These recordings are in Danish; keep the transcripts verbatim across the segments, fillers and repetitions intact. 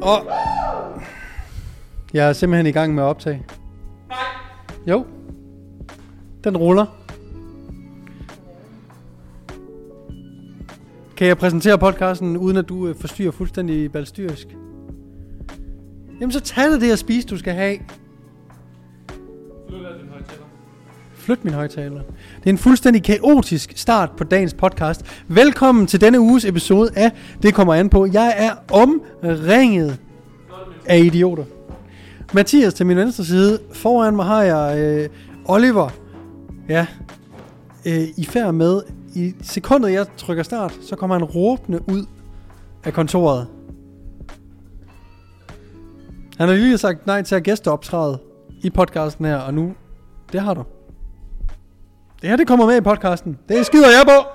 Og jeg er simpelthen i gang med at optage. Nej. Jo. Den ruller. Kan jeg præsentere podcasten, uden at du forstyrrer fuldstændig balstyrisk? Jamen så tag det det at spise, du skal have. Flyt af din højtaler. Flyt min højtaler. Det er en fuldstændig kaotisk start på dagens podcast. Velkommen til denne uges episode af Det kommer an på. Jeg er omringet af idioter. Mathias til min venstre side. Foran mig har jeg øh, Oliver. Ja. Øh, I færd med. I sekundet jeg trykker start, så kommer han råbende ud af kontoret. Han har lige sagt nej til at gæsteoptræde i podcasten her, og nu, det har du. Det her, det kommer med i podcasten. Det skider jeg på.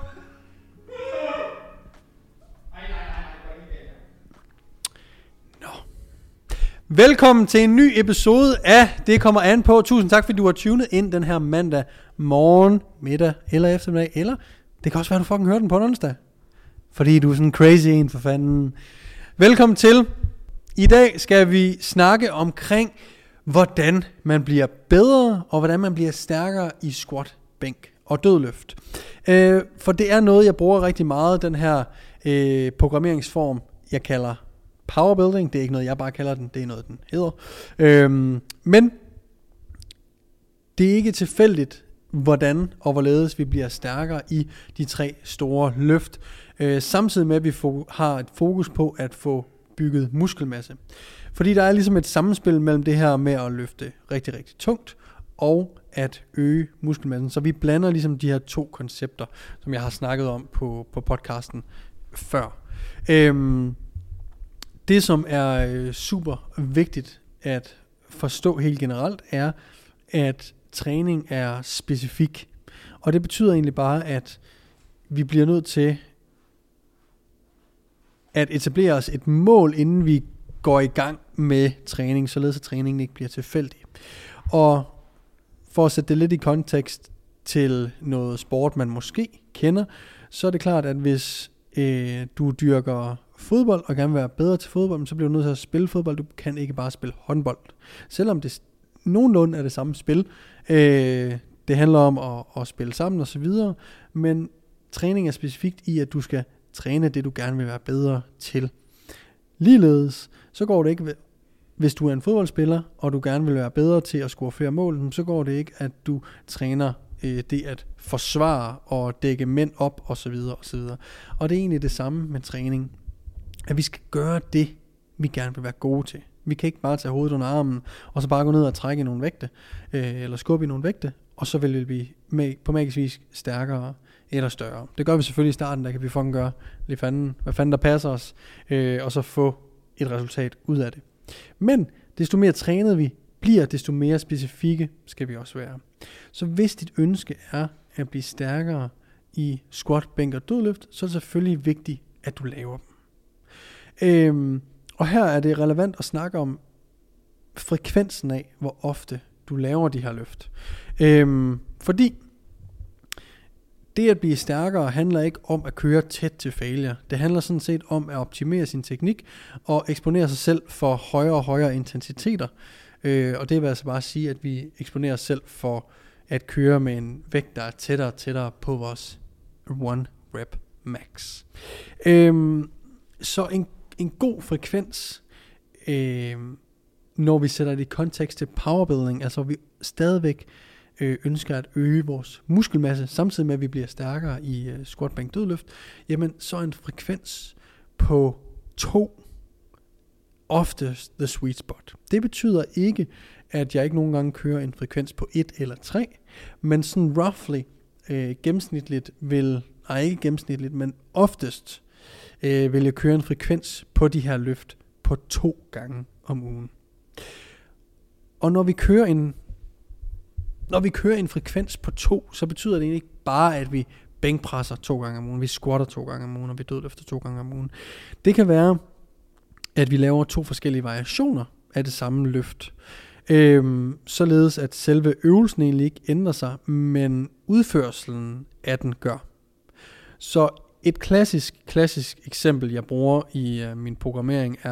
Nå. Velkommen til en ny episode af Det kommer an på. Tusind tak, fordi du har tunet ind den her mandag morgen, middag eller eftermiddag. Eller det kan også være, du fucking hører den på en onsdag. Fordi du er sådan crazy en for fanden. Velkommen til. I dag skal vi snakke omkring, hvordan man bliver bedre, og hvordan man bliver stærkere i squat, bænk og dødløft. Øh, for det er noget, jeg bruger rigtig meget, den her øh, programmeringsform, jeg kalder powerbuilding. Det er ikke noget, jeg bare kalder den, det er noget, den hedder. Øh, men det er ikke tilfældigt, hvordan og hvorledes vi bliver stærkere i de tre store løft. Øh, samtidig med, at vi fo- har et fokus på at få bygget muskelmasse. Fordi der er ligesom et sammenspil mellem det her med at løfte rigtig, rigtig tungt og at øge muskelmassen. Så vi blander ligesom de her to koncepter, som jeg har snakket om på, på podcasten før. Øhm, det, som er super vigtigt at forstå helt generelt, er, at træning er specifik. Og det betyder egentlig bare, at vi bliver nødt til at etablere os et mål, inden vi går i gang med træning, således at træningen ikke bliver tilfældig. Og for at sætte det lidt i kontekst til noget sport, man måske kender, så er det klart, at hvis øh, du dyrker fodbold og gerne vil være bedre til fodbold, så bliver du nødt til at spille fodbold. Du kan ikke bare spille håndbold. Selvom det nogenlunde er det samme spil. Øh, det handler om at, at spille sammen og så videre, men træning er specifikt i, at du skal træne det, du gerne vil være bedre til. Ligeledes, så går det ikke, hvis du er en fodboldspiller, og du gerne vil være bedre til at score flere mål, så går det ikke, at du træner øh, det at forsvare og dække mænd op, og så videre, og så videre. Og det er egentlig det samme med træning. At vi skal gøre det, vi gerne vil være gode til. Vi kan ikke bare tage hovedet under armen, og så bare gå ned og trække i nogle vægte, øh, eller skubbe i nogle vægte, og så vil vi med, på magisk vis stærkere eller større. Det gør vi selvfølgelig i starten, der kan vi fucking gøre lige fanden, hvad fanden der passer os, øh, og så få et resultat ud af det. Men desto mere trænet vi bliver, desto mere specifikke skal vi også være. Så hvis dit ønske er at blive stærkere i squat, bænk og dødløft, så er det selvfølgelig vigtigt, at du laver dem. Øhm, og her er det relevant at snakke om frekvensen af, hvor ofte du laver de her løft. Øhm, fordi det at blive stærkere handler ikke om at køre tæt til failure. Det handler sådan set om at optimere sin teknik og eksponere sig selv for højere og højere intensiteter. Øh, og det vil altså bare sige, at vi eksponerer os selv for at køre med en vægt, der er tættere og tættere på vores one rep max. Øh, så en, en god frekvens, øh, når vi sætter det i kontekst til powerbuilding, altså vi stadigvæk Øh, ønsker at øge vores muskelmasse, samtidig med at vi bliver stærkere i øh, squat, bænk, dødløft, jamen så en frekvens på to oftest the sweet spot. Det betyder ikke, at jeg ikke nogen gange kører en frekvens på et eller tre, men sådan roughly øh, gennemsnitligt vil, nej ikke gennemsnitligt, men oftest øh, vil jeg køre en frekvens på de her løft på to gange om ugen. Og når vi kører en Når vi kører en frekvens på to, så betyder det ikke bare, at vi bænkpresser to gange om ugen, vi squatter to gange om ugen, og vi dødløfter to gange om ugen. Det kan være, at vi laver to forskellige variationer af det samme løft. Øhm, således at selve øvelsen egentlig ikke ændrer sig, men udførselen af den gør. Så et klassisk, klassisk eksempel, jeg bruger i uh, min programmering, er,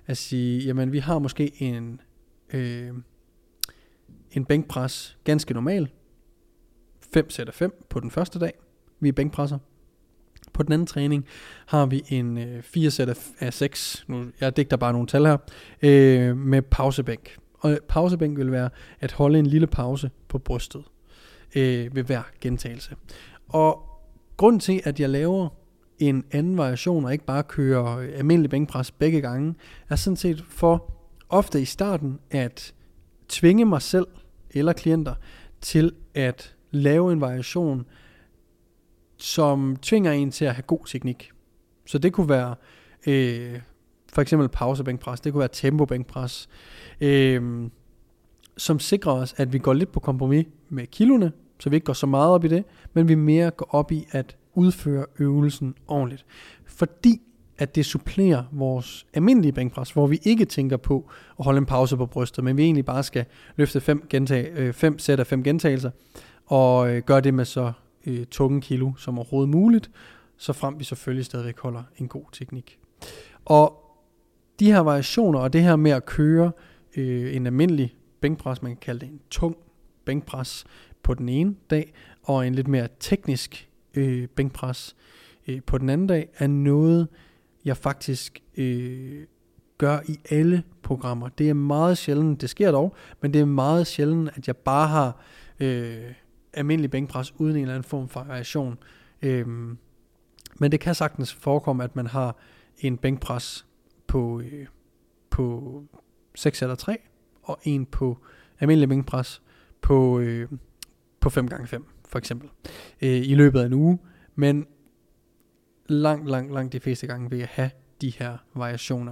at sige, jamen vi har måske en, øh, en bænkpres ganske normal. fem sæt af fem på den første dag, vi er bænkpresser. På den anden træning har vi en øh, fire sæt af, af seks, nu jeg digter bare nogle tal her, øh, med pausebænk. Og pausebænk vil være at holde en lille pause på brystet øh, ved hver gentagelse. Og grunden til, at jeg laver en anden variation, og ikke bare kører almindelig bænkpres begge gange, er sådan set for ofte i starten at tvinge mig selv eller klienter til at lave en variation, som tvinger en til at have god teknik. Så det kunne være øh, for eksempel pausebænkpres, det kunne være tempobænkpres, øh, som sikrer os, at vi går lidt på kompromis med kiloene, så vi ikke går så meget op i det, men vi mere går op i at udføre øvelsen ordentligt. Fordi at det supplerer vores almindelige bænkpres, hvor vi ikke tænker på at holde en pause på brystet, men vi egentlig bare skal løfte fem, gentag, øh, fem sæt af fem gentagelser, og øh, gøre det med så øh, tunge kilo som overhovedet muligt, så frem vi selvfølgelig stadigvæk holder en god teknik. Og de her variationer, og det her med at køre øh, en almindelig bænkpres, man kan kalde det en tung bænkpres på den ene dag, og en lidt mere teknisk øh, bænkpres øh, på den anden dag, er noget, jeg faktisk øh, gør i alle programmer. Det er meget sjældent, det sker dog, men det er meget sjældent, at jeg bare har øh, almindelig bænkpres uden en eller anden form for variation. Øh, men det kan sagtens forekomme, at man har en bænkpres på, øh, på seks sæt af tre, og en på almindelig bænkpres på, øh, på fem gange fem, for eksempel, øh, i løbet af en uge. Men langt, langt, langt de fleste gange vil jeg have de her variationer.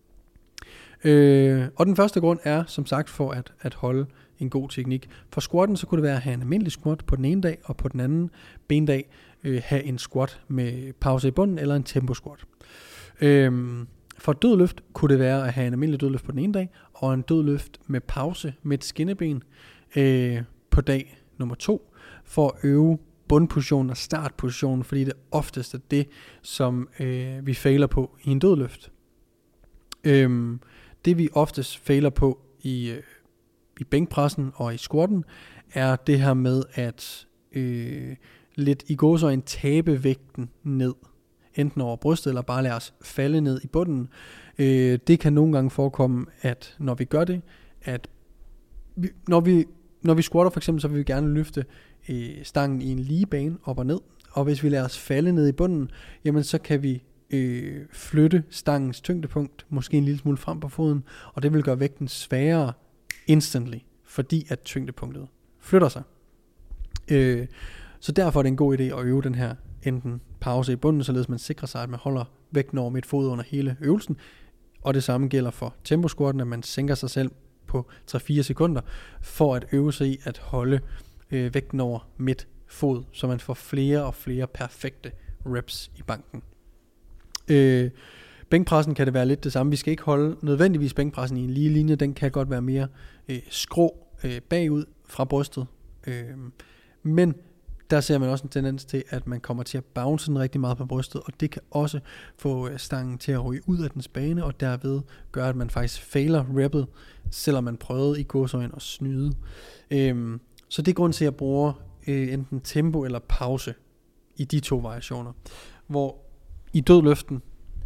Øh, og den første grund er, som sagt, for at, at holde en god teknik. For squatten, så kunne det være at have en almindelig squat på den ene dag, og på den anden bendag øh, have en squat med pause i bunden, eller en tempo squat. Øh, for dødløft kunne det være at have en almindelig dødløft på den ene dag, og en dødløft med pause med et skinneben øh, på dag nummer to, for at øve bundpositionen og startpositionen, fordi det oftest er det, som øh, vi fejler på i en dødløft. Øhm, det vi oftest fejler på i, øh, i bænkpressen og i squatten, er det her med at øh, lidt i gåseøjne tabe vægten ned, enten over brystet eller bare lade os falde ned i bunden. Øh, det kan nogle gange forekomme, at når vi gør det, at vi, når vi når vi squatter for eksempel, så vil vi gerne løfte øh, stangen i en lige bane op og ned, og hvis vi lader os falde ned i bunden, jamen så kan vi øh, flytte stangens tyngdepunkt måske en lille smule frem på foden, og det vil gøre vægten sværere instantly, fordi at tyngdepunktet flytter sig. Øh, så derfor er det en god idé at øve den her enten pause i bunden, således man sikrer sig, at man holder vægten over midt fod under hele øvelsen, og det samme gælder for temposquatten, at man sænker sig selv på tre til fire sekunder, for at øve sig i at holde øh, vægten over midt fod, så man får flere og flere perfekte reps i banken. Øh, bænkpressen kan det være lidt det samme. Vi skal ikke holde nødvendigvis bænkpressen i en lige linje, den kan godt være mere øh, skrå øh, bagud fra brystet. Øh, men der ser man også en tendens til, at man kommer til at bounce den rigtig meget på brystet, og det kan også få øh, stangen til at ryge ud af dens bane, og derved gøre, at man faktisk fejler reppet, selvom man prøvede i gåseøjne at snyde. Øhm, så det er grund til, at jeg bruger øh, enten tempo eller pause i de to variationer. Hvor i dødløften,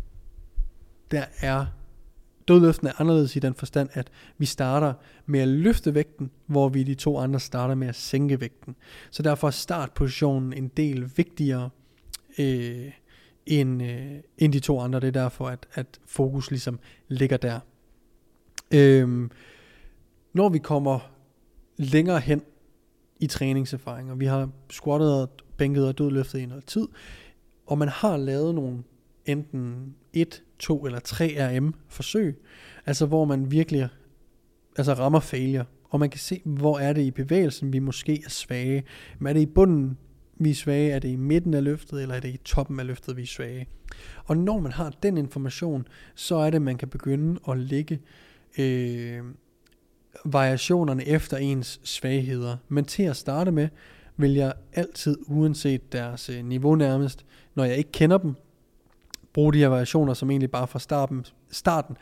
der er dødløften er anderledes i den forstand, at vi starter med at løfte vægten, hvor vi de to andre starter med at sænke vægten. Så derfor er startpositionen en del vigtigere øh, end, øh, end de to andre. Det er derfor, at, at fokus ligesom ligger der. Øhm, når vi kommer længere hen i træningserfaringer, vi har squattet og bænket og dødløftet i noget tid, og man har lavet nogle enten et, to eller tre R M forsøg, altså hvor man virkelig altså rammer failure, og man kan se, hvor er det i bevægelsen, vi måske er svage. Men er det i bunden, vi er svage? Er det i midten af løftet, eller er det i toppen af løftet, vi er svage? Og når man har den information, så er det, man kan begynde at lægge øh, variationerne efter ens svagheder. Men til at starte med, vil jeg altid, uanset deres øh, niveau nærmest, når jeg ikke kender dem, bruge de her variationer, som egentlig bare fra starten, starten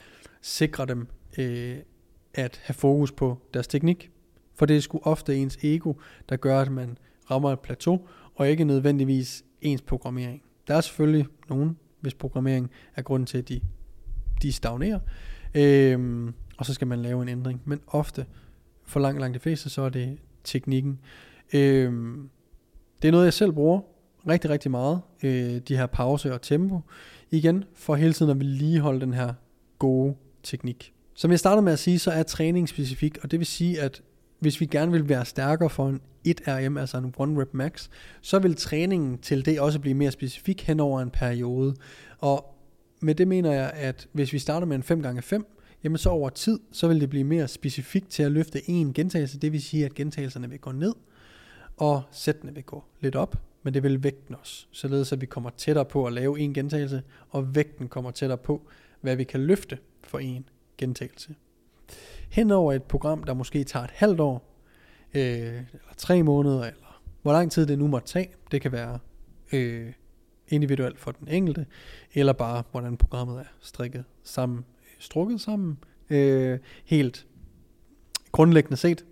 sikrer dem øh, at have fokus på deres teknik. For det er sgu ofte ens ego, der gør, at man rammer et plateau, og ikke nødvendigvis ens programmering. Der er selvfølgelig nogen, hvis programmering er grunden til, at de, de stagnerer, øhm, og så skal man lave en ændring. Men ofte, for langt, langt de fleste, så er det teknikken. Øhm, det er noget, jeg selv bruger rigtig, rigtig meget, øh, de her pause og tempo, igen, for hele tiden at vedligeholde den her gode teknik. Som jeg startede med at sige, så er træning specifik, og det vil sige, at hvis vi gerne vil være stærkere for en et R M, altså en one rep max, så vil træningen til det også blive mere specifik hen over en periode. Og med det mener jeg, at hvis vi starter med en fem gange fem, jamen så over tid, så vil det blive mere specifikt til at løfte en gentagelse. Det vil sige, at gentagelserne vil gå ned, og sættene vil gå lidt op, men det vil vægten også. Således at vi kommer tættere på at lave en gentagelse, og vægten kommer tættere på, hvad vi kan løfte for en gentagelse. Hen over et program, der måske tager et halvt år, øh, eller tre måneder, eller hvor lang tid det nu måtte tage, det kan være øh, individuelt for den enkelte, eller bare hvordan programmet er strikket sammen, strukket sammen, øh, helt grundlæggende set,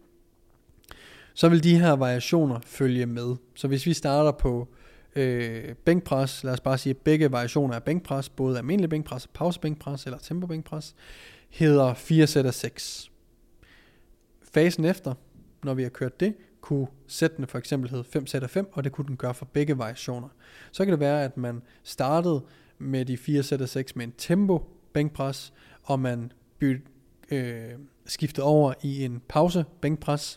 så vil de her variationer følge med. Så hvis vi starter på øh, bænkpres, lad os bare sige, at begge variationer af bænkpres, både almindelig bænkpres, pausebænkpres eller tempo bænkpres, hedder fire sæt af seks. Fasen efter, når vi har kørt det, kunne sættene for eksempel hedde fem sæt af fem, og det kunne den gøre for begge variationer. Så kan det være, at man startede med de fire sæt af seks med en tempo bænkpres, og man byt, øh, skiftede over i en pause bænkpres,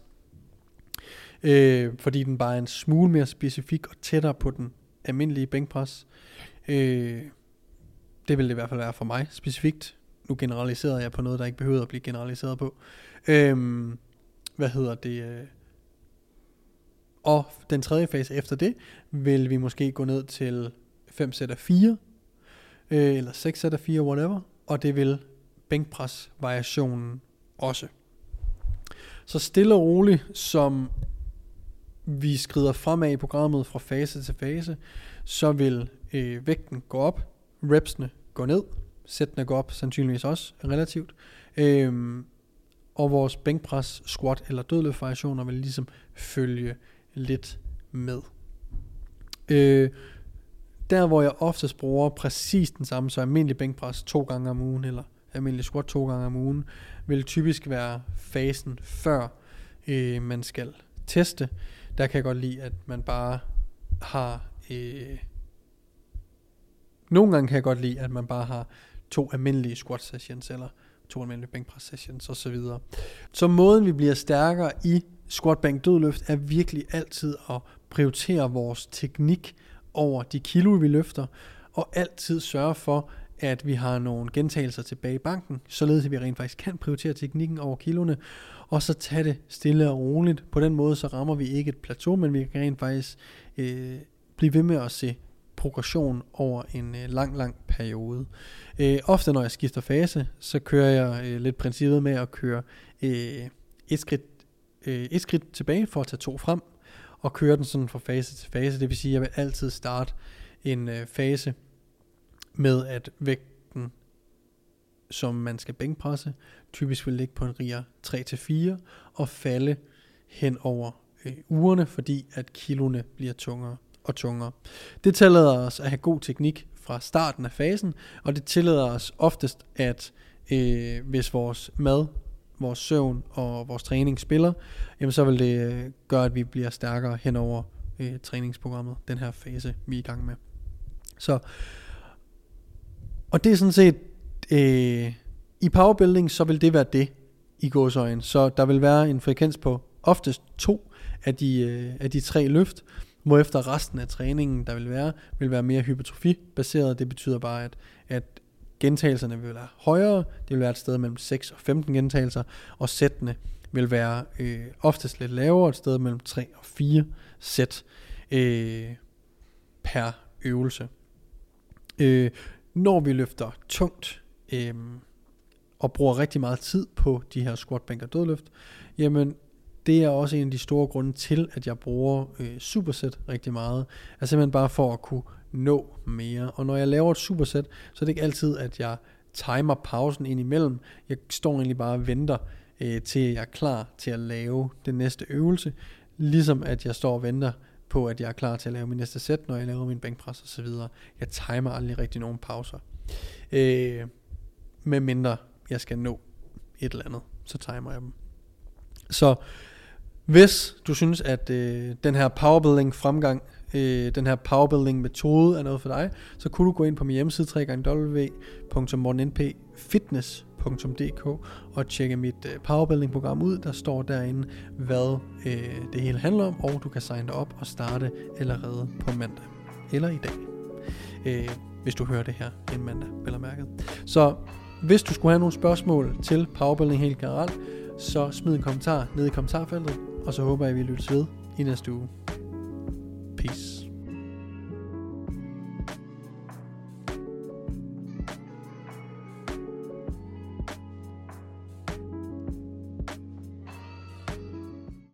øh, fordi den bare er en smule mere specifik og tættere på den almindelige bænkpres. Øh, det vil det i hvert fald være for mig specifikt. Nu generaliserede jeg på noget, der ikke behøvede at blive generaliseret på. Øhm, hvad hedder det? Øh, og den tredje fase efter det, vil vi måske gå ned til fem sæt af fire, øh, eller seks sæt af fire, whatever. Og det vil bænkpres-variationen også. Så stille og roligt, som vi skrider fremad i programmet fra fase til fase, så vil øh, vægten gå op, repsene gå ned, sættene går op sandsynligvis også relativt, øhm, og vores bænkpres, squat eller dødløft variationer vil ligesom følge lidt med. Øh, der hvor jeg oftest bruger præcis den samme, så almindelig bænkpres to gange om ugen, eller almindelig squat to gange om ugen, vil typisk være fasen før øh, man skal teste. Der kan jeg godt lide, at man bare har øh, nogle gange kan jeg godt lide, at man bare har to almindelige squat sessions, eller to almindelige bænkpres sessions, osv. Så, så måden vi bliver stærkere i squat, bænk, dødløft, er virkelig altid at prioritere vores teknik over de kilo, vi løfter, og altid sørge for, at vi har nogle gentagelser tilbage i banken, således at vi rent faktisk kan prioritere teknikken over kiloene, og så tage det stille og roligt. På den måde, så rammer vi ikke et plateau, men vi kan rent faktisk øh, blive ved med at se progression over en øh, lang, lang periode. Øh, ofte når jeg skifter fase, så kører jeg øh, lidt princippet med at køre øh, et, skridt, øh, et skridt tilbage for at tage to frem, og køre den sådan fra fase til fase. Det vil sige, at jeg vil altid starte en øh, fase med, at vægten, som man skal bænkpresse, typisk vil ligge på en riger tre til fire, og falde hen over øh, ugerne, fordi at kiloene bliver tungere og tungere. Det tillader os at have god teknik fra starten af fasen, og det tillader os oftest, at øh, hvis vores mad, vores søvn og vores træning spiller, jamen så vil det øh, gøre, at vi bliver stærkere hen over øh, træningsprogrammet, den her fase, vi er i gang med. Så, og det er sådan set, øh, i powerbuilding, så vil det være det i gåseøjne. Så der vil være en frekvens på oftest to af de, øh, af de tre løft, hvorefter resten af træningen, der vil være, vil være mere hypertrofi-baseret. Det betyder bare, at, at gentagelserne vil være højere. Det vil være et sted mellem seks og femten gentagelser, og sættene vil være øh, oftest lidt lavere, et sted mellem tre og fire sæt øh, per øvelse. Øh, når vi løfter tungt øh, og bruger rigtig meget tid på de her squat, bænk og dødløft, jamen det er også en af de store grunde til, at jeg bruger øh, superset rigtig meget. Altså simpelthen bare for at kunne nå mere. Og når jeg laver et superset, så er det ikke altid, at jeg timer pausen ind imellem. Jeg står egentlig bare og venter øh, til jeg er klar til at lave den næste øvelse, ligesom at jeg står og venter på, at jeg er klar til at lave min næste sæt, når jeg laver min bænkpres og så videre. Jeg timer aldrig rigtig nogen pauser. Øh, med mindre jeg skal nå et eller andet, så timer jeg dem. Så hvis du synes, at øh, den her powerbuilding fremgang, øh, den her powerbuilding metode er noget for dig, så kunne du gå ind på min hjemmeside w w w punktum morten n p fitness punktum d k og tjekke mit øh, powerbuilding program ud. Der står derinde, hvad øh, det hele handler om, og du kan signe dig op og starte allerede på mandag eller i dag, øh, hvis du hører det her en mandag, vel at mærke. Så hvis du skulle have nogle spørgsmål til powerbuilding helt generelt, så smid en kommentar ned i kommentarfeltet, og så håber jeg, at vi lyttes ved i næste uge. Peace.